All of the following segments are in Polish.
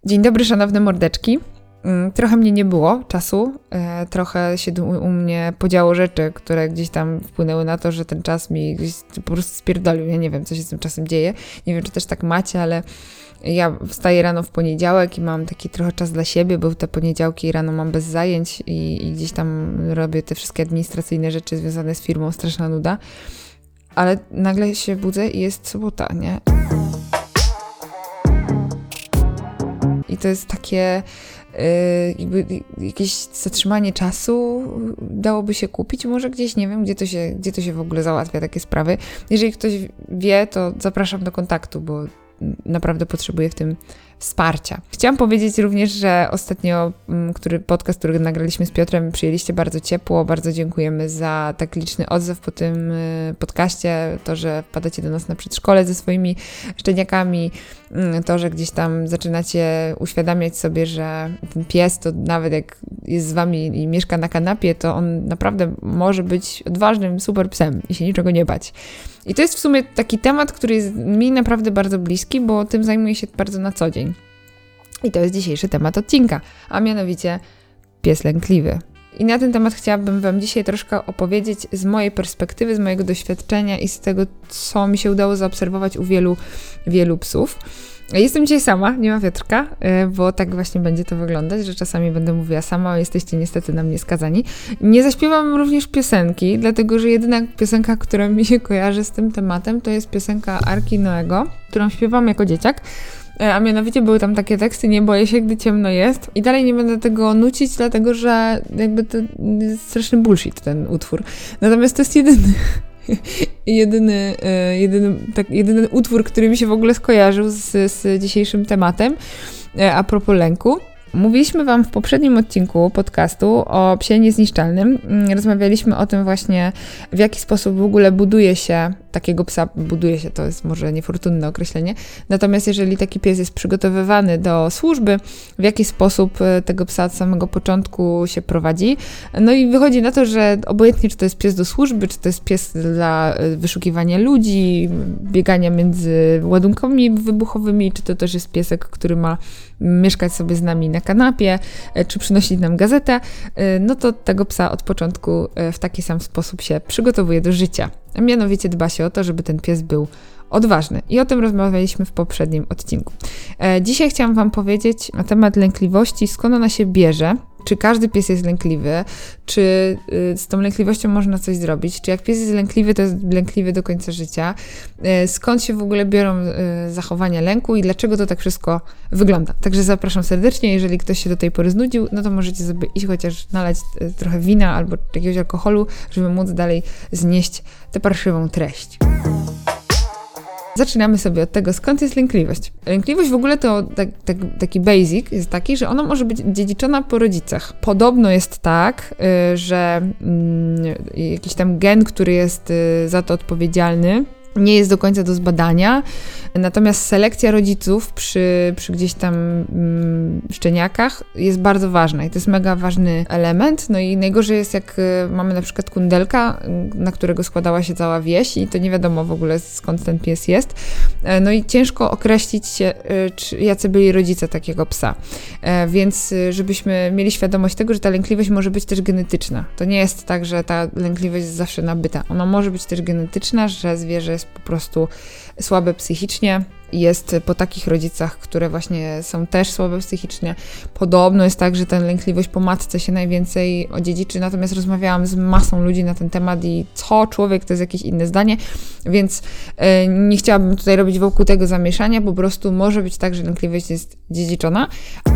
Dzień dobry, szanowne mordeczki. Trochę mnie nie było czasu, trochę się u mnie podziało rzeczy, które gdzieś tam wpłynęły na to, że ten czas mi gdzieś po prostu spierdolił. Ja nie wiem, co się z tym czasem dzieje. Nie wiem, czy też tak macie, ale ja wstaję rano w poniedziałek i mam taki trochę czas dla siebie, bo te poniedziałki rano mam bez zajęć i gdzieś tam robię te wszystkie administracyjne rzeczy związane z firmą, straszna nuda. Ale nagle się budzę i jest sobota, nie? I to jest takie jakby jakieś zatrzymanie czasu dałoby się kupić może gdzieś, nie wiem, gdzie to się w ogóle załatwia takie sprawy. Jeżeli ktoś wie, to zapraszam do kontaktu, bo naprawdę potrzebuję w tym wsparcia. Chciałam powiedzieć również, że ostatnio podcast, który nagraliśmy z Piotrem, przyjęliście bardzo ciepło. Bardzo dziękujemy za tak liczny odzew po tym podcaście. To, że wpadacie do nas na przedszkole ze swoimi szczeniakami. To, że gdzieś tam zaczynacie uświadamiać sobie, że ten pies to nawet jak jest z wami i mieszka na kanapie, to on naprawdę może być odważnym super psem i się niczego nie bać. I to jest w sumie taki temat, który jest mi naprawdę bardzo bliski, bo tym zajmuję się bardzo na co dzień. I to jest dzisiejszy temat odcinka, a mianowicie pies lękliwy. I na ten temat chciałabym wam dzisiaj troszkę opowiedzieć z mojej perspektywy, z mojego doświadczenia i z tego, co mi się udało zaobserwować u wielu psów. Jestem dzisiaj sama, nie ma Piotrka, bo tak właśnie będzie to wyglądać, że czasami będę mówiła sama, a jesteście niestety na mnie skazani. Nie zaśpiewam również piosenki, dlatego że jedyna piosenka, która mi się kojarzy z tym tematem, to jest piosenka Arki Noego, którą śpiewam jako dzieciak. A mianowicie były tam takie teksty: nie boję się, gdy ciemno jest. I dalej nie będę tego nucić, dlatego że jakby to jest straszny bullshit ten utwór. Natomiast to jest jedyny utwór, który mi się w ogóle skojarzył z dzisiejszym tematem a propos lęku. Mówiliśmy wam w poprzednim odcinku podcastu o psie niezniszczalnym. Rozmawialiśmy o tym właśnie, w jaki sposób w ogóle buduje się takiego psa. Buduje się, to jest może niefortunne określenie. Natomiast jeżeli taki pies jest przygotowywany do służby, w jaki sposób tego psa od samego początku się prowadzi. No i wychodzi na to, że obojętnie, czy to jest pies do służby, czy to jest pies dla wyszukiwania ludzi, biegania między ładunkami wybuchowymi, czy to też jest piesek, który ma mieszkać sobie z nami na kanapie, czy przynosić nam gazetę, no to tego psa od początku w taki sam sposób się przygotowuje do życia. A mianowicie dba się o to, żeby ten pies był odważny. I o tym rozmawialiśmy w poprzednim odcinku. Dzisiaj chciałam wam powiedzieć na temat lękliwości, skąd ona się bierze. Czy każdy pies jest lękliwy? Czy z tą lękliwością można coś zrobić? Czy jak pies jest lękliwy, to jest lękliwy do końca życia? Skąd się w ogóle biorą zachowania lęku i dlaczego to tak wszystko wygląda? Także zapraszam serdecznie. Jeżeli ktoś się do tej pory znudził, no to możecie sobie iść chociaż nalać trochę wina albo jakiegoś alkoholu, żeby móc dalej znieść tę parszywą treść. Zaczynamy sobie od tego, skąd jest lękliwość. Lękliwość w ogóle to taki basic jest taki, że ona może być dziedziczona po rodzicach. Podobno jest tak, że jakiś tam gen, który jest za to odpowiedzialny, nie jest do końca do zbadania, natomiast selekcja rodziców przy gdzieś tam szczeniakach jest bardzo ważna i to jest mega ważny element. No i najgorzej jest, jak mamy na przykład kundelka, na którego składała się cała wieś i to nie wiadomo w ogóle, skąd ten pies jest. No i ciężko określić się, jacy byli rodzice takiego psa. Więc żebyśmy mieli świadomość tego, że ta lękliwość może być też genetyczna. To nie jest tak, że ta lękliwość jest zawsze nabyta. Ona może być też genetyczna, że zwierzę jest po prostu słabe psychicznie, jest po takich rodzicach, które właśnie są też słabe psychicznie. Podobno jest tak, że ta lękliwość po matce się najwięcej odziedziczy, natomiast rozmawiałam z masą ludzi na ten temat i co człowiek to jest jakieś inne zdanie, więc nie chciałabym tutaj robić wokół tego zamieszania, po prostu może być tak, że lękliwość jest dziedziczona.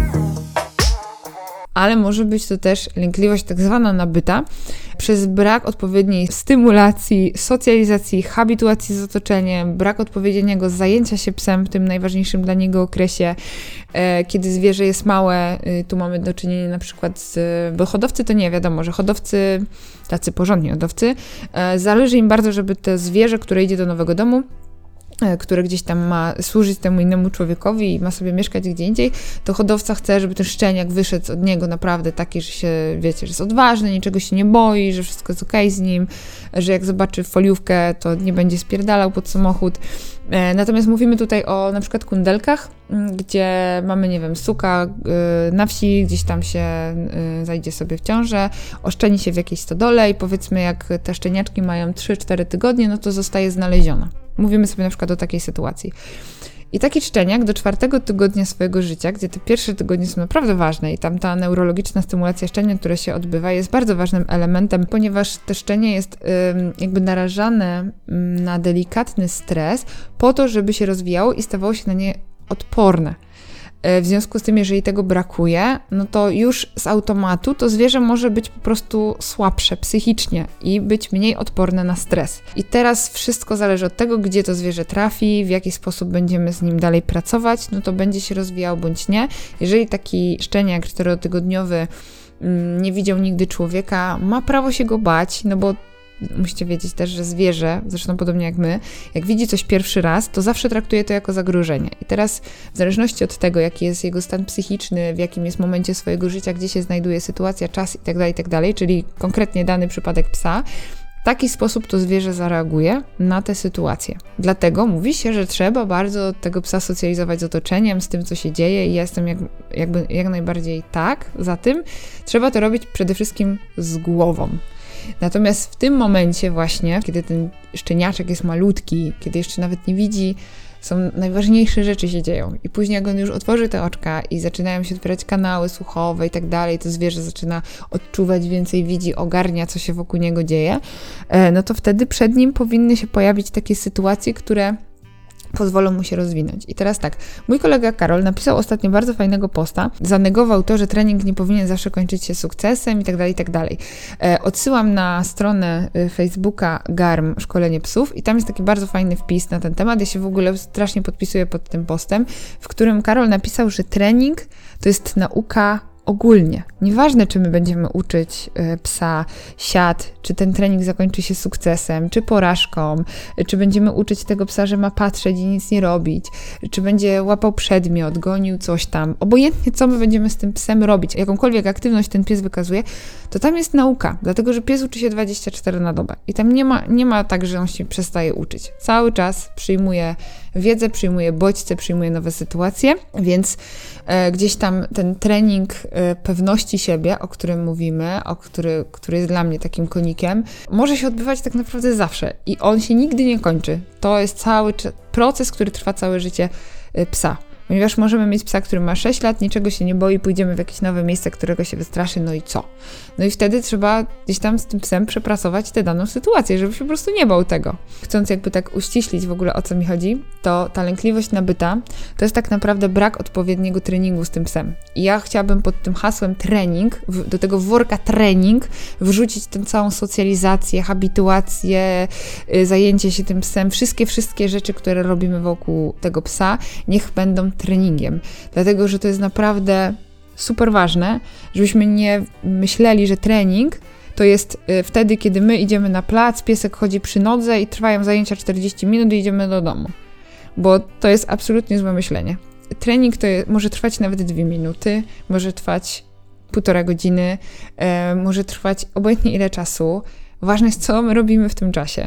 Ale może być to też lękliwość tak zwana nabyta przez brak odpowiedniej stymulacji, socjalizacji, habituacji z otoczeniem, brak odpowiedniego zajęcia się psem w tym najważniejszym dla niego okresie, kiedy zwierzę jest małe. Tu mamy do czynienia na przykład bo hodowcy to nie wiadomo, że hodowcy, tacy porządni hodowcy, zależy im bardzo, żeby to zwierzę, które idzie do nowego domu, które gdzieś tam ma służyć temu innemu człowiekowi i ma sobie mieszkać gdzie indziej, to hodowca chce, żeby ten szczeniak wyszedł od niego naprawdę taki, że się, wiecie, że jest odważny, niczego się nie boi, że wszystko jest okej z nim, że jak zobaczy foliówkę, to nie będzie spierdalał pod samochód. Natomiast mówimy tutaj o na przykład kundelkach, gdzie mamy, nie wiem, suka na wsi, gdzieś tam się zajdzie sobie w ciążę, oszczeni się w jakiejś stodole i powiedzmy, jak te szczeniaczki mają 3-4 tygodnie, no to zostaje znaleziona. Mówimy sobie na przykład o takiej sytuacji. I taki szczeniak do 4 tygodnia swojego życia, gdzie te pierwsze tygodnie są naprawdę ważne i tam ta neurologiczna stymulacja szczenia, która się odbywa, jest bardzo ważnym elementem, ponieważ te szczenie jest jakby narażane na delikatny stres po to, żeby się rozwijało i stawało się na nie odporne. W związku z tym, jeżeli tego brakuje, no to już z automatu to zwierzę może być po prostu słabsze psychicznie i być mniej odporne na stres. I teraz wszystko zależy od tego, gdzie to zwierzę trafi, w jaki sposób będziemy z nim dalej pracować, no to będzie się rozwijał bądź nie. Jeżeli taki szczeniak 4-tygodniowy nie widział nigdy człowieka, ma prawo się go bać, no bo musicie wiedzieć też, że zwierzę, zresztą podobnie jak my, jak widzi coś pierwszy raz, to zawsze traktuje to jako zagrożenie. I teraz w zależności od tego, jaki jest jego stan psychiczny, w jakim jest momencie swojego życia, gdzie się znajduje sytuacja, czas itd., czyli konkretnie dany przypadek psa, w taki sposób to zwierzę zareaguje na tę sytuację. Dlatego mówi się, że trzeba bardzo tego psa socjalizować z otoczeniem, z tym, co się dzieje i ja jestem jak najbardziej tak za tym. Trzeba to robić przede wszystkim z głową. Natomiast w tym momencie właśnie, kiedy ten szczeniaczek jest malutki, kiedy jeszcze nawet nie widzi, są najważniejsze rzeczy się dzieją. I później jak on już otworzy te oczka i zaczynają się otwierać kanały słuchowe i tak dalej, to zwierzę zaczyna odczuwać więcej, widzi, ogarnia, co się wokół niego dzieje, no to wtedy przed nim powinny się pojawić takie sytuacje, które pozwolą mu się rozwinąć. I teraz tak, mój kolega Karol napisał ostatnio bardzo fajnego posta, zanegował to, że trening nie powinien zawsze kończyć się sukcesem i tak dalej, i tak dalej. Odsyłam na stronę Facebooka Garm Szkolenie Psów i tam jest taki bardzo fajny wpis na ten temat. Ja się w ogóle strasznie podpisuję pod tym postem, w którym Karol napisał, że trening to jest nauka ogólnie. Nieważne, czy my będziemy uczyć psa siad, czy ten trening zakończy się sukcesem, czy porażką, czy będziemy uczyć tego psa, że ma patrzeć i nic nie robić, czy będzie łapał przedmiot, gonił coś tam. Obojętnie, co my będziemy z tym psem robić, jakąkolwiek aktywność ten pies wykazuje, to tam jest nauka, dlatego, że pies uczy się 24 na dobę. I tam nie ma tak, że on się przestaje uczyć. Cały czas przyjmuje wiedzę, przyjmuje bodźce, przyjmuje nowe sytuacje, więc gdzieś tam ten trening pewności siebie, o którym mówimy, który jest dla mnie takim konikiem, może się odbywać tak naprawdę zawsze i on się nigdy nie kończy. To jest cały proces, który trwa całe życie psa. Ponieważ możemy mieć psa, który ma 6 lat, niczego się nie boi, pójdziemy w jakieś nowe miejsce, którego się wystraszy, no i co? No i wtedy trzeba gdzieś tam z tym psem przepracować tę daną sytuację, żeby się po prostu nie bał tego. Chcąc jakby tak uściślić w ogóle, o co mi chodzi, to ta lękliwość nabyta to jest tak naprawdę brak odpowiedniego treningu z tym psem. I ja chciałabym pod tym hasłem trening, do tego worka trening, wrzucić tę całą socjalizację, habituację, zajęcie się tym psem, wszystkie rzeczy, które robimy wokół tego psa, niech będą treningiem. Dlatego, że to jest naprawdę super ważne, żebyśmy nie myśleli, że trening to jest wtedy, kiedy my idziemy na plac, piesek chodzi przy nodze i trwają zajęcia 40 minut i idziemy do domu. Bo to jest absolutnie złe myślenie. Trening może trwać nawet 2 minuty, może trwać 1,5 godziny, może trwać obojętnie ile czasu. Ważne jest, co my robimy w tym czasie.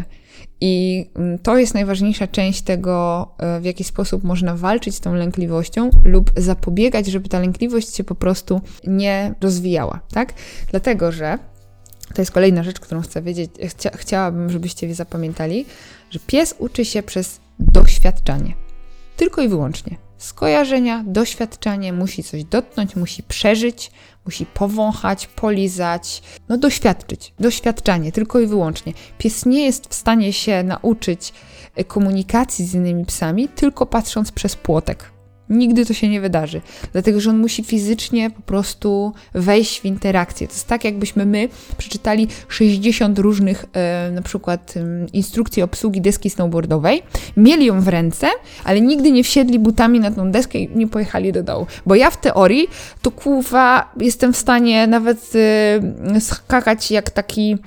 I to jest najważniejsza część tego, w jaki sposób można walczyć z tą lękliwością lub zapobiegać, żeby ta lękliwość się po prostu nie rozwijała, tak? Dlatego, że to jest kolejna rzecz, którą chcę wiedzieć, chciałabym, żebyście zapamiętali, że pies uczy się przez doświadczanie. Tylko i wyłącznie. Skojarzenia, doświadczanie, musi coś dotknąć, musi przeżyć, musi powąchać, polizać, doświadczyć. Doświadczanie, tylko i wyłącznie. Pies nie jest w stanie się nauczyć komunikacji z innymi psami, tylko patrząc przez płotek. Nigdy to się nie wydarzy, dlatego że on musi fizycznie po prostu wejść w interakcję. To jest tak, jakbyśmy my przeczytali 60 różnych na przykład instrukcji obsługi deski snowboardowej, mieli ją w ręce, ale nigdy nie wsiedli butami na tą deskę i nie pojechali do dołu. Bo ja w teorii to jestem w stanie nawet skakać jak taki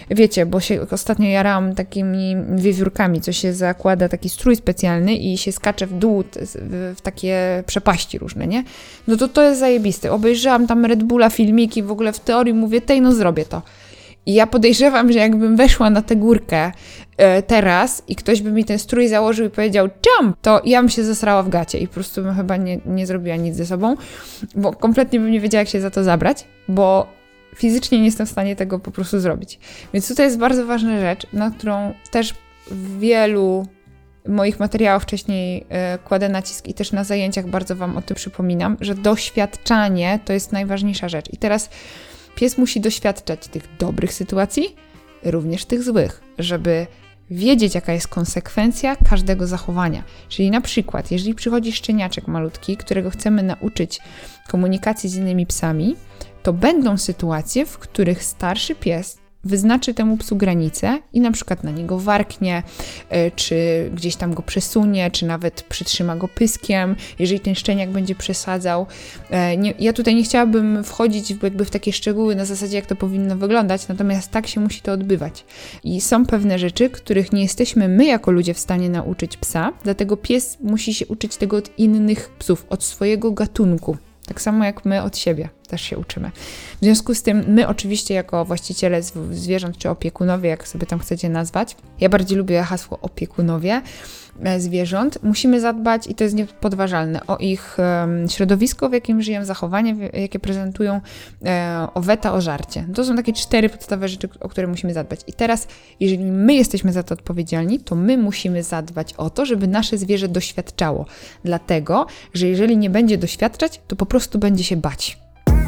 wiecie, bo się ostatnio jarałam takimi wiewiórkami, co się zakłada taki strój specjalny i się skacze w dół w takie przepaści różne, nie? No to jest zajebiste. Obejrzałam tam Red Bulla filmiki, w ogóle w teorii mówię, no zrobię to. I ja podejrzewam, że jakbym weszła na tę górkę teraz i ktoś by mi ten strój założył i powiedział jump, to ja bym się zesrała w gacie i po prostu bym chyba nie zrobiła nic ze sobą, bo kompletnie bym nie wiedziała, jak się za to zabrać, bo fizycznie nie jestem w stanie tego po prostu zrobić. Więc tutaj jest bardzo ważna rzecz, na którą też w wielu moich materiałów wcześniej kładę nacisk i też na zajęciach bardzo Wam o tym przypominam, że doświadczanie to jest najważniejsza rzecz. I teraz pies musi doświadczać tych dobrych sytuacji, również tych złych, żeby wiedzieć, jaka jest konsekwencja każdego zachowania. Czyli na przykład, jeżeli przychodzi szczeniaczek malutki, którego chcemy nauczyć komunikacji z innymi psami, to będą sytuacje, w których starszy pies wyznaczy temu psu granicę i na przykład na niego warknie, czy gdzieś tam go przesunie, czy nawet przytrzyma go pyskiem, jeżeli ten szczeniak będzie przesadzał. Ja tutaj nie chciałabym wchodzić jakby w takie szczegóły na zasadzie, jak to powinno wyglądać, natomiast tak się musi to odbywać. I są pewne rzeczy, których nie jesteśmy my jako ludzie w stanie nauczyć psa, dlatego pies musi się uczyć tego od innych psów, od swojego gatunku. Tak samo jak my od siebie też się uczymy. W związku z tym my oczywiście jako właściciele zwierząt czy opiekunowie, jak sobie tam chcecie nazwać, ja bardziej lubię hasło opiekunowie zwierząt, musimy zadbać, i to jest niepodważalne, o ich środowisko, w jakim żyją, zachowanie, jakie prezentują, o weta, o żarcie. To są takie 4 podstawowe rzeczy, o które musimy zadbać. I teraz, jeżeli my jesteśmy za to odpowiedzialni, to my musimy zadbać o to, żeby nasze zwierzę doświadczało. Dlatego, że jeżeli nie będzie doświadczać, to po prostu będzie się bać.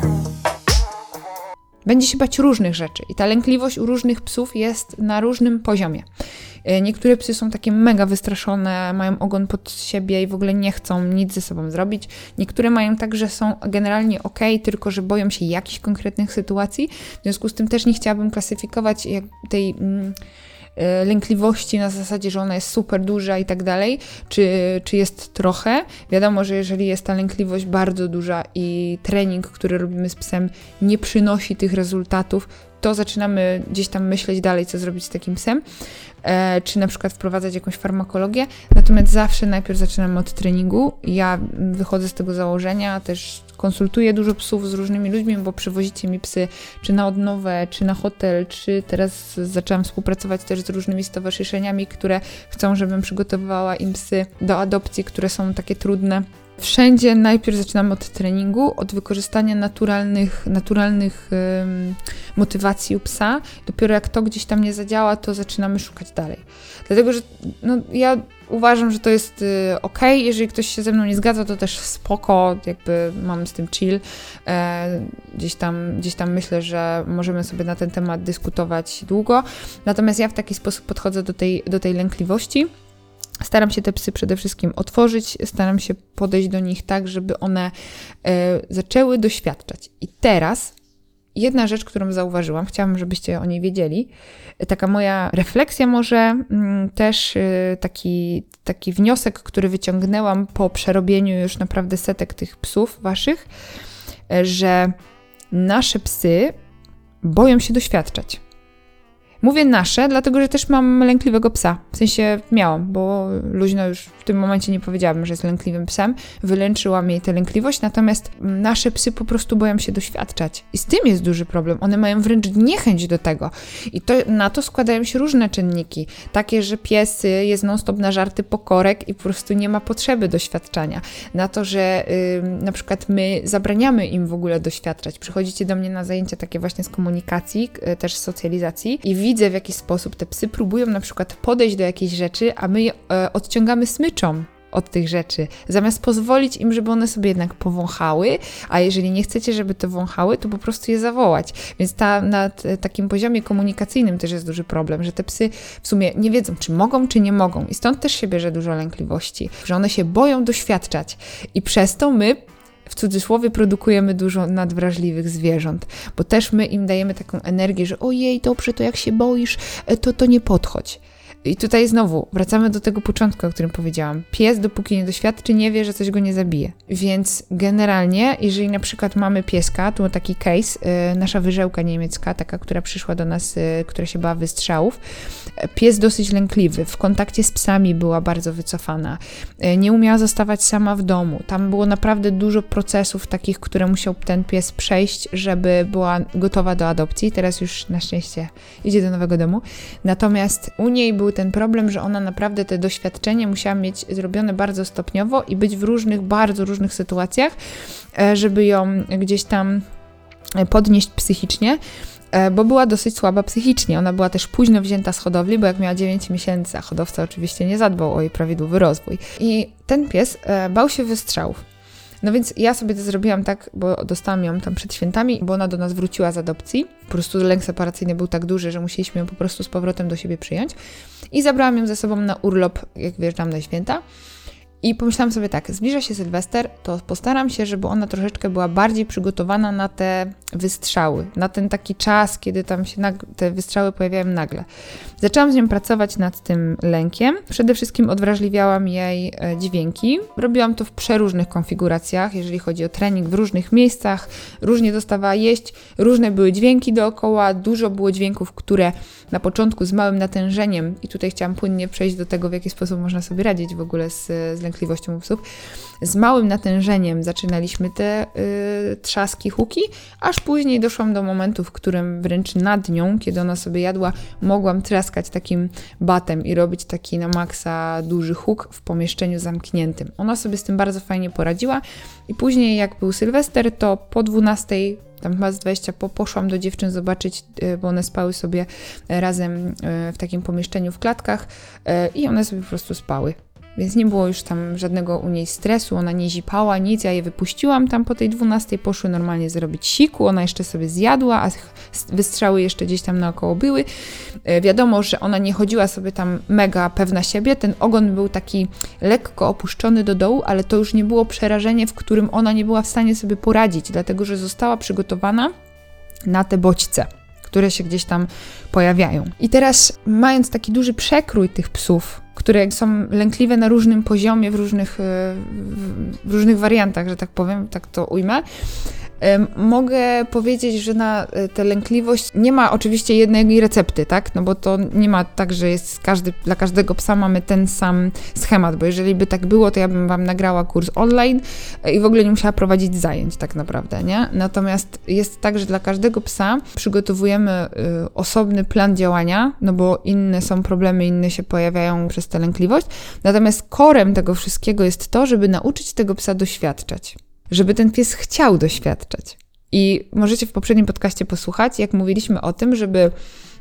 Będzie się bać różnych rzeczy i ta lękliwość u różnych psów jest na różnym poziomie. Niektóre psy są takie mega wystraszone, mają ogon pod siebie i w ogóle nie chcą nic ze sobą zrobić. Niektóre mają tak, że są generalnie okej, tylko że boją się jakichś konkretnych sytuacji. W związku z tym też nie chciałabym klasyfikować tej lękliwości na zasadzie, że ona jest super duża i tak dalej, czy jest trochę. Wiadomo, że jeżeli jest ta lękliwość bardzo duża i trening, który robimy z psem, nie przynosi tych rezultatów, to zaczynamy gdzieś tam myśleć dalej, co zrobić z takim psem, czy na przykład wprowadzać jakąś farmakologię. Natomiast zawsze najpierw zaczynamy od treningu. Ja wychodzę z tego założenia, też konsultuję dużo psów z różnymi ludźmi, bo przywozicie mi psy czy na odnowę, czy na hotel, czy teraz zaczęłam współpracować też z różnymi stowarzyszeniami, które chcą, żebym przygotowywała im psy do adopcji, które są takie trudne. Wszędzie najpierw zaczynamy od treningu, od wykorzystania naturalnych motywacji u psa. Dopiero jak to gdzieś tam nie zadziała, to zaczynamy szukać dalej. Dlatego, że ja uważam, że to jest okej. Jeżeli ktoś się ze mną nie zgadza, to też spoko, jakby mam z tym chill. Gdzieś tam myślę, że możemy sobie na ten temat dyskutować długo. Natomiast ja w taki sposób podchodzę do tej lękliwości. Staram się te psy przede wszystkim otworzyć, staram się podejść do nich tak, żeby one zaczęły doświadczać. I teraz jedna rzecz, którą zauważyłam, chciałam, żebyście o niej wiedzieli, taka moja refleksja może, też taki wniosek, który wyciągnęłam po przerobieniu już naprawdę setek tych psów waszych, że nasze psy boją się doświadczać. Mówię nasze, dlatego że też mam lękliwego psa. W sensie miałam, bo luźno już w tym momencie nie powiedziałabym, że jest lękliwym psem. Wylęczyłam jej tę lękliwość, natomiast nasze psy po prostu boją się doświadczać. I z tym jest duży problem. One mają wręcz niechęć do tego. I na to składają się różne czynniki. Takie, że pies jest non-stop nażarty pokorek i po prostu nie ma potrzeby doświadczania. Na to, że na przykład my zabraniamy im w ogóle doświadczać. Przychodzicie do mnie na zajęcia takie właśnie z komunikacji, też z socjalizacji i widzę, w jaki sposób te psy próbują na przykład podejść do jakiejś rzeczy, a my je odciągamy smyczą od tych rzeczy, zamiast pozwolić im, żeby one sobie jednak powąchały, a jeżeli nie chcecie, żeby to wąchały, to po prostu je zawołać. Więc na takim poziomie komunikacyjnym też jest duży problem, że te psy w sumie nie wiedzą, czy mogą, czy nie mogą. I stąd też się bierze dużo lękliwości, że one się boją doświadczać i przez to my w cudzysłowie produkujemy dużo nadwrażliwych zwierząt, bo też my im dajemy taką energię, że ojej, dobrze, to jak się boisz, to nie podchodź. I tutaj znowu wracamy do tego początku, o którym powiedziałam. Pies, dopóki nie doświadczy, nie wie, że coś go nie zabije. Więc generalnie, jeżeli na przykład mamy pieska, tu taki case, nasza wyżełka niemiecka, taka, która przyszła do nas, która się bała wystrzałów, pies dosyć lękliwy, w kontakcie z psami była bardzo wycofana, nie umiała zostawać sama w domu. Tam było naprawdę dużo procesów takich, które musiał ten pies przejść, żeby była gotowa do adopcji. Teraz już na szczęście idzie do nowego domu. Natomiast u niej był ten problem, że ona naprawdę te doświadczenie musiała mieć zrobione bardzo stopniowo i być w różnych, bardzo różnych sytuacjach, żeby ją gdzieś tam podnieść psychicznie, bo była dosyć słaba psychicznie. Ona była też późno wzięta z hodowli, bo jak miała 9 miesięcy, a hodowca oczywiście nie zadbał o jej prawidłowy rozwój. I ten pies bał się wystrzałów. No więc ja sobie to zrobiłam tak, bo dostałam ją tam przed świętami, bo ona do nas wróciła z adopcji. Po prostu lęk separacyjny był tak duży, że musieliśmy ją po prostu z powrotem do siebie przyjąć. I zabrałam ją ze sobą na urlop, jak wjeżdżam na święta. I pomyślałam sobie tak, zbliża się Sylwester, to postaram się, żeby ona troszeczkę była bardziej przygotowana na te wystrzały, na ten taki czas, kiedy tam się te wystrzały pojawiają nagle. Zaczęłam z nią pracować nad tym lękiem. Przede wszystkim odwrażliwiałam jej dźwięki. Robiłam to w przeróżnych konfiguracjach, jeżeli chodzi o trening w różnych miejscach. Różnie dostawała jeść, różne były dźwięki dookoła, dużo było dźwięków, które na początku z małym natężeniem, i tutaj chciałam płynnie przejść do tego, w jaki sposób można sobie radzić w ogóle z lękliwością u psów. Z małym natężeniem zaczynaliśmy te trzaski, huki, aż później doszłam do momentu, w którym wręcz nad nią, kiedy ona sobie jadła, mogłam trzaskać takim batem i robić taki na maksa duży huk w pomieszczeniu zamkniętym. Ona sobie z tym bardzo fajnie poradziła i później jak był Sylwester, to po 12, tam chyba z 20 poszłam do dziewczyn zobaczyć, bo one spały sobie razem w takim pomieszczeniu w klatkach i one sobie po prostu spały. Więc nie było już tam żadnego u niej stresu, ona nie zipała, nic, ja je wypuściłam tam po tej 12, poszły normalnie zrobić siku, ona jeszcze sobie zjadła, a wystrzały jeszcze gdzieś tam naokoło były. Wiadomo, że ona nie chodziła sobie tam mega pewna siebie, ten ogon był taki lekko opuszczony do dołu, ale to już nie było przerażenie, w którym ona nie była w stanie sobie poradzić, dlatego że została przygotowana na te bodźce, które się gdzieś tam pojawiają. I teraz, mając taki duży przekrój tych psów, które są lękliwe na różnym poziomie, w różnych wariantach, że tak powiem, tak to ujmę, mogę powiedzieć, że na tę lękliwość nie ma oczywiście jednej recepty, tak? No bo to nie ma tak, że jest dla każdego psa mamy ten sam schemat, bo jeżeli by tak było, to ja bym wam nagrała kurs online i w ogóle nie musiała prowadzić zajęć tak naprawdę, nie? Natomiast jest tak, że dla każdego psa przygotowujemy osobny plan działania, no bo inne są problemy, inne się pojawiają przez tę lękliwość. Natomiast corem tego wszystkiego jest to, żeby nauczyć tego psa doświadczać. Żeby ten pies chciał doświadczać. I możecie w poprzednim podcaście posłuchać, jak mówiliśmy o tym, żeby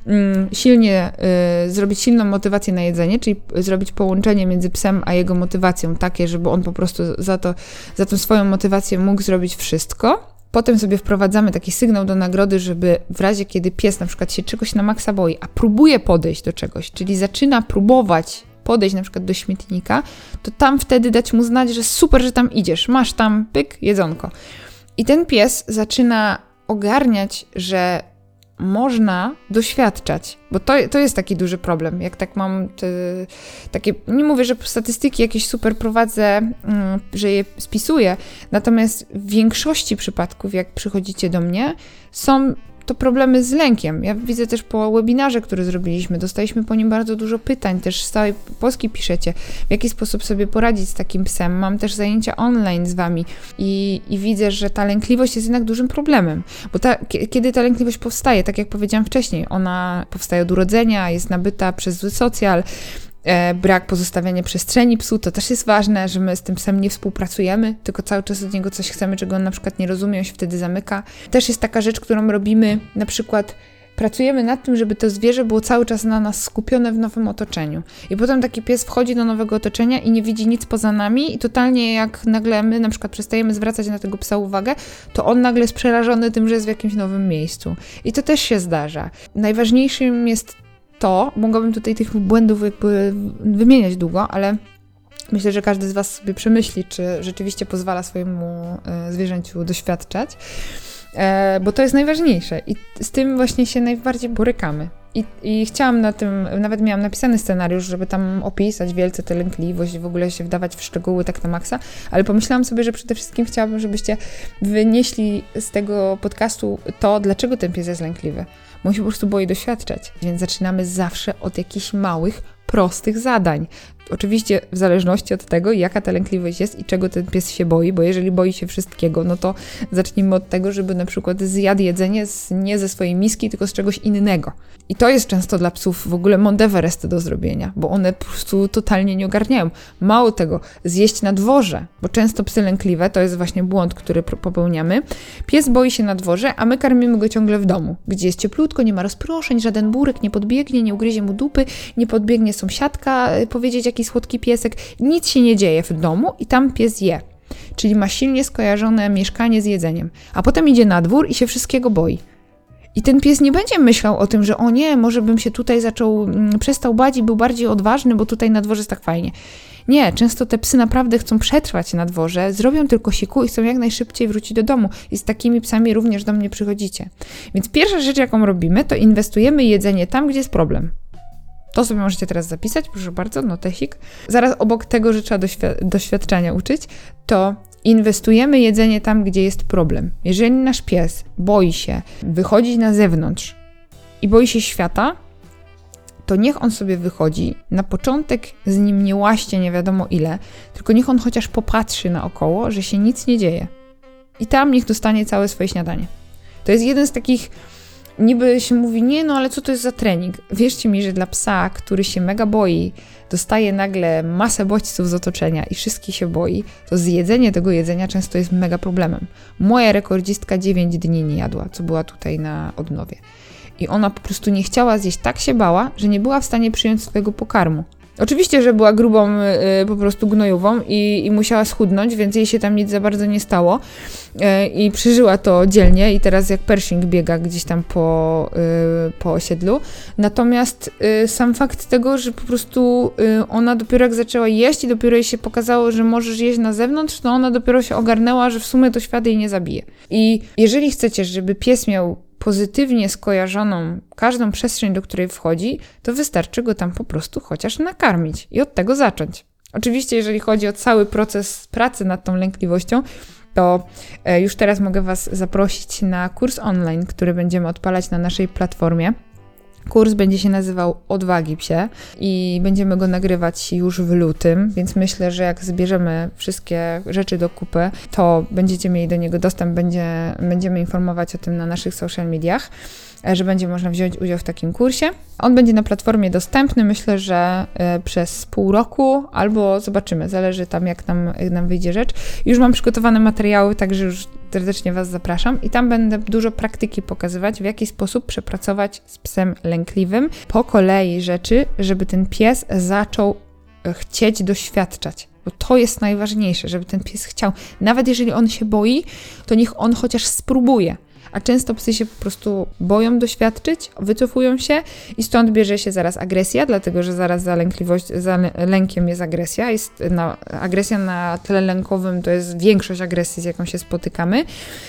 zrobić silną motywację na jedzenie, czyli zrobić połączenie między psem a jego motywacją takie, żeby on po prostu za tą swoją motywację mógł zrobić wszystko. Potem sobie wprowadzamy taki sygnał do nagrody, żeby w razie, kiedy pies na przykład się czegoś na maksa boi, a próbuje podejść do czegoś, czyli zaczyna próbować podejść na przykład do śmietnika, to tam wtedy dać mu znać, że super, że tam idziesz, masz tam, pyk, jedzonko. I ten pies zaczyna ogarniać, że można doświadczać, bo to jest taki duży problem. Jak tak mam takie, nie mówię, że statystyki jakieś super prowadzę, że je spisuję, natomiast w większości przypadków, jak przychodzicie do mnie, są to problemy z lękiem. Ja widzę też po webinarze, który zrobiliśmy, dostaliśmy po nim bardzo dużo pytań, też z całej Polski piszecie, w jaki sposób sobie poradzić z takim psem. Mam też zajęcia online z wami i widzę, że ta lękliwość jest jednak dużym problemem, bo kiedy ta lękliwość powstaje, tak jak powiedziałam wcześniej, ona powstaje od urodzenia, jest nabyta przez zły socjal, brak pozostawiania przestrzeni psu, to też jest ważne, że my z tym psem nie współpracujemy, tylko cały czas od niego coś chcemy, czego on na przykład nie rozumie, on się wtedy zamyka. Też jest taka rzecz, którą robimy, na przykład pracujemy nad tym, żeby to zwierzę było cały czas na nas skupione w nowym otoczeniu. I potem taki pies wchodzi do nowego otoczenia i nie widzi nic poza nami i totalnie jak nagle my na przykład przestajemy zwracać na tego psa uwagę, to on nagle jest przerażony tym, że jest w jakimś nowym miejscu. I to też się zdarza. Najważniejszym jest mogłabym tutaj tych błędów jakby wymieniać długo, ale myślę, że każdy z was sobie przemyśli, czy rzeczywiście pozwala swojemu zwierzęciu doświadczać, bo to jest najważniejsze i z tym właśnie się najbardziej borykamy. I chciałam na tym, nawet miałam napisany scenariusz, żeby tam opisać wielce tę lękliwość, w ogóle się wdawać w szczegóły tak na maksa, ale pomyślałam sobie, że przede wszystkim chciałabym, żebyście wynieśli z tego podcastu to, dlaczego ten pies jest lękliwy. Bo on się po prostu boi doświadczać. Więc zaczynamy zawsze od jakichś małych, prostych zadań. Oczywiście w zależności od tego, jaka ta lękliwość jest i czego ten pies się boi, bo jeżeli boi się wszystkiego, no to zacznijmy od tego, żeby na przykład zjadł jedzenie nie ze swojej miski, tylko z czegoś innego. I to jest często dla psów w ogóle Mount Everest do zrobienia, bo one po prostu totalnie nie ogarniają. Mało tego, zjeść na dworze, bo często psy lękliwe, to jest właśnie błąd, który popełniamy. Pies boi się na dworze, a my karmimy go ciągle w domu, gdzie jest cieplutko, nie ma rozproszeń, żaden burek nie podbiegnie, nie ugryzie mu dupy, nie podbiegnie sąsiadka powiedzieć, jaki słodki piesek. Nic się nie dzieje w domu i tam pies je. Czyli ma silnie skojarzone mieszkanie z jedzeniem. A potem idzie na dwór i się wszystkiego boi. I ten pies nie będzie myślał o tym, że o nie, może bym się tutaj przestał bać i był bardziej odważny, bo tutaj na dworze jest tak fajnie. Nie, często te psy naprawdę chcą przetrwać na dworze, zrobią tylko siku i chcą jak najszybciej wrócić do domu. I z takimi psami również do mnie przychodzicie. Więc pierwsza rzecz, jaką robimy, to inwestujemy jedzenie tam, gdzie jest problem. To sobie możecie teraz zapisać, proszę bardzo, notesik. Zaraz obok tego, że trzeba doświadczenia uczyć, to inwestujemy jedzenie tam, gdzie jest problem. Jeżeli nasz pies boi się wychodzić na zewnątrz i boi się świata, to niech on sobie wychodzi. Na początek z nim nie łaście nie wiadomo ile, tylko niech on chociaż popatrzy naokoło, że się nic nie dzieje. I tam niech dostanie całe swoje śniadanie. To jest jeden z takich, niby się mówi, nie no, ale co to jest za trening? Wierzcie mi, że dla psa, który się mega boi, dostaje nagle masę bodźców z otoczenia i wszystkich się boi, to zjedzenie tego jedzenia często jest mega problemem. Moja rekordzistka 9 dni nie jadła, co była tutaj na odnowie. I ona po prostu nie chciała zjeść, tak się bała, że nie była w stanie przyjąć swojego pokarmu. Oczywiście, że była grubą po prostu gnojówą i musiała schudnąć, więc jej się tam nic za bardzo nie stało i przeżyła to dzielnie i teraz jak Pershing biega gdzieś tam po osiedlu. Natomiast sam fakt tego, że po prostu ona dopiero jak zaczęła jeść i dopiero jej się pokazało, że możesz jeść na zewnątrz, to ona dopiero się ogarnęła, że w sumie to świat jej nie zabije. I jeżeli chcecie, żeby pies miał pozytywnie skojarzoną każdą przestrzeń, do której wchodzi, to wystarczy go tam po prostu chociaż nakarmić i od tego zacząć. Oczywiście, jeżeli chodzi o cały proces pracy nad tą lękliwością, to już teraz mogę Was zaprosić na kurs online, który będziemy odpalać na naszej platformie. Kurs będzie się nazywał Odwagi Psie i będziemy go nagrywać już w lutym, więc myślę, że jak zbierzemy wszystkie rzeczy do kupy, to będziecie mieli do niego dostęp, będziemy informować o tym na naszych social mediach, że będzie można wziąć udział w takim kursie. On będzie na platformie dostępny, myślę, że przez pół roku, albo zobaczymy, zależy tam jak nam wyjdzie rzecz. Już mam przygotowane materiały, także już serdecznie Was zapraszam i tam będę dużo praktyki pokazywać, w jaki sposób przepracować z psem lękliwym po kolei rzeczy, żeby ten pies zaczął chcieć doświadczać. Bo to jest najważniejsze, żeby ten pies chciał. Nawet jeżeli on się boi, to niech on chociaż spróbuje. A często psy się po prostu boją doświadczyć, wycofują się i stąd bierze się zaraz agresja, dlatego że zaraz za lękiem jest agresja. Agresja na tle lękowym to jest większość agresji, z jaką się spotykamy,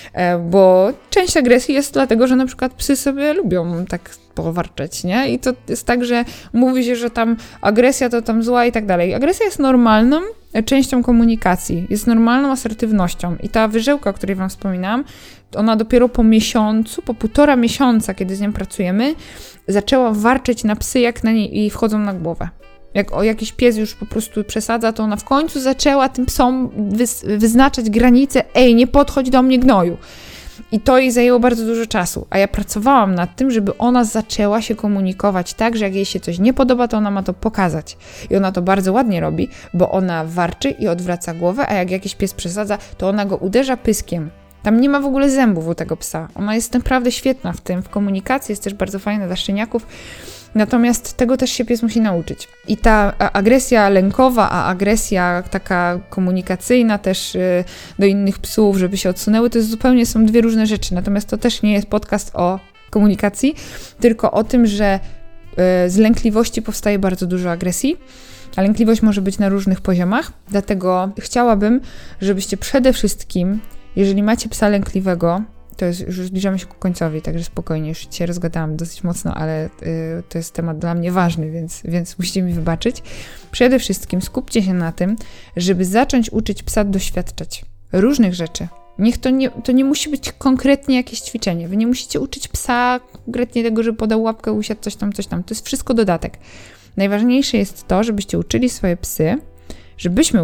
bo część agresji jest dlatego, że na przykład psy sobie lubią tak powarczeć, nie? I to jest tak, że mówi się, że tam agresja to tam zła i tak dalej. Agresja jest normalną częścią komunikacji, jest normalną asertywnością i ta wyżełka, o której Wam wspominałam, ona dopiero po miesiącu, po 1,5 miesiąca, kiedy z nią pracujemy, zaczęła warczeć na psy, jak na niej i wchodzą na głowę. Jak jakiś pies już po prostu przesadza, to ona w końcu zaczęła tym psom wyznaczać granice, nie podchodź do mnie gnoju. I to jej zajęło bardzo dużo czasu, a ja pracowałam nad tym, żeby ona zaczęła się komunikować tak, że jak jej się coś nie podoba, to ona ma to pokazać. I ona to bardzo ładnie robi, bo ona warczy i odwraca głowę, a jak jakiś pies przesadza, to ona go uderza pyskiem. Tam nie ma w ogóle zębów u tego psa. Ona jest naprawdę świetna w tym, w komunikacji, jest też bardzo fajna dla szczeniaków. Natomiast tego też się pies musi nauczyć. I ta agresja lękowa, a agresja taka komunikacyjna też do innych psów, żeby się odsunęły, to zupełnie są dwie różne rzeczy. Natomiast to też nie jest podcast o komunikacji, tylko o tym, że z lękliwości powstaje bardzo dużo agresji, a lękliwość może być na różnych poziomach. Dlatego chciałabym, żebyście przede wszystkim, jeżeli macie psa lękliwego, to jest, już zbliżamy się ku końcowi, także spokojnie, już się rozgadałam dosyć mocno, ale to jest temat dla mnie ważny, więc musicie mi wybaczyć. Przede wszystkim skupcie się na tym, żeby zacząć uczyć psa doświadczać różnych rzeczy. Niech to nie musi być konkretnie jakieś ćwiczenie. Wy nie musicie uczyć psa konkretnie tego, że podał łapkę, usiadł, coś tam. To jest wszystko dodatek. Najważniejsze jest to, żebyście uczyli swoje psy, żebyśmy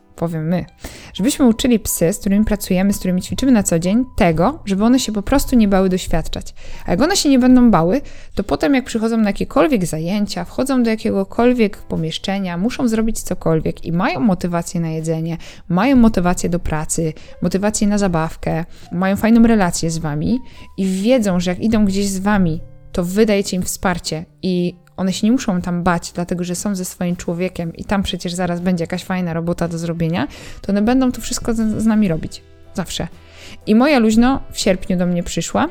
uczyli psy, z którymi pracujemy, z którymi ćwiczymy na co dzień, tego, żeby one się po prostu nie bały doświadczać. A jak one się nie będą bały, to potem jak przychodzą na jakiekolwiek zajęcia, wchodzą do jakiegokolwiek pomieszczenia, muszą zrobić cokolwiek i mają motywację na jedzenie, mają motywację do pracy, motywację na zabawkę, mają fajną relację z wami i wiedzą, że jak idą gdzieś z wami, to wy dajecie im wsparcie i one się nie muszą tam bać, dlatego że są ze swoim człowiekiem i tam przecież zaraz będzie jakaś fajna robota do zrobienia, to one będą to wszystko z nami robić. Zawsze. I moja luźno w sierpniu do mnie przyszła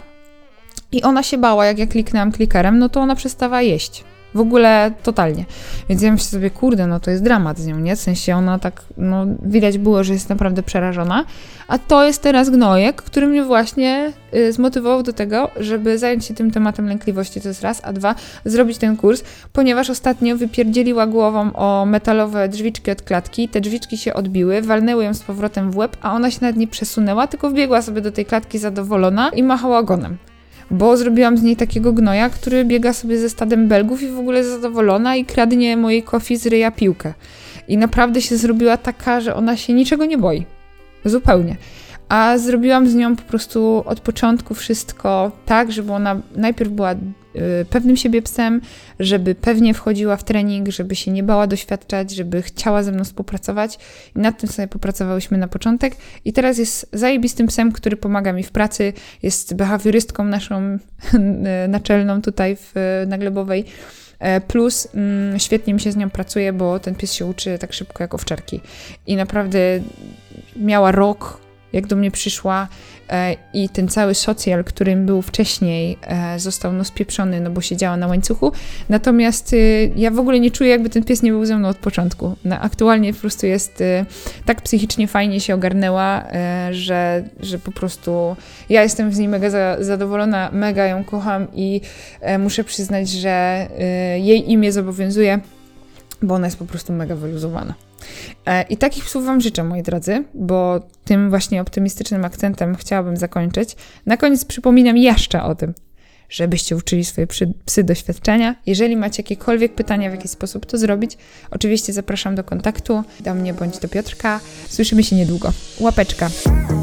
i ona się bała, jak ja kliknęłam klikerem, no to ona przestała jeść. W ogóle totalnie. Więc ja myślę sobie, kurde, no to jest dramat z nią, nie? W sensie ona tak, no widać było, że jest naprawdę przerażona. A to jest teraz gnojek, który mnie właśnie zmotywował do tego, żeby zająć się tym tematem lękliwości, to jest raz, a dwa, zrobić ten kurs, ponieważ ostatnio wypierdzieliła głową o metalowe drzwiczki od klatki, te drzwiczki się odbiły, walnęły ją z powrotem w łeb, a ona się nawet nie przesunęła, tylko wbiegła sobie do tej klatki zadowolona i machała ogonem. Bo zrobiłam z niej takiego gnoja, który biega sobie ze stadem belgów i w ogóle jest zadowolona i kradnie mojej Kofi z ryja piłkę. I naprawdę się zrobiła taka, że ona się niczego nie boi. Zupełnie. A zrobiłam z nią po prostu od początku wszystko tak, żeby ona najpierw była pewnym siebie psem, żeby pewnie wchodziła w trening, żeby się nie bała doświadczać, żeby chciała ze mną współpracować. I nad tym sobie popracowałyśmy na początek. I teraz jest zajebistym psem, który pomaga mi w pracy. Jest behawiorystką naszą naczelną tutaj na Glebowej. Plus świetnie mi się z nią pracuje, bo ten pies się uczy tak szybko jak owczarki. I naprawdę miała rok, jak do mnie przyszła i ten cały socjal, którym był wcześniej, został spieprzony, no bo siedziała na łańcuchu. Natomiast ja w ogóle nie czuję, jakby ten pies nie był ze mną od początku. No, aktualnie po prostu jest tak psychicznie fajnie się ogarnęła, że po prostu ja jestem z niej mega zadowolona, mega ją kocham i muszę przyznać, że jej imię zobowiązuje, bo ona jest po prostu mega wyluzowana. I takich psów wam życzę, moi drodzy, bo tym właśnie optymistycznym akcentem chciałabym zakończyć. Na koniec przypominam jeszcze o tym, żebyście uczyli swoje psy doświadczenia. Jeżeli macie jakiekolwiek pytania, w jaki sposób to zrobić, oczywiście zapraszam do kontaktu, do mnie bądź do Piotrka. Słyszymy się niedługo. Łapeczka!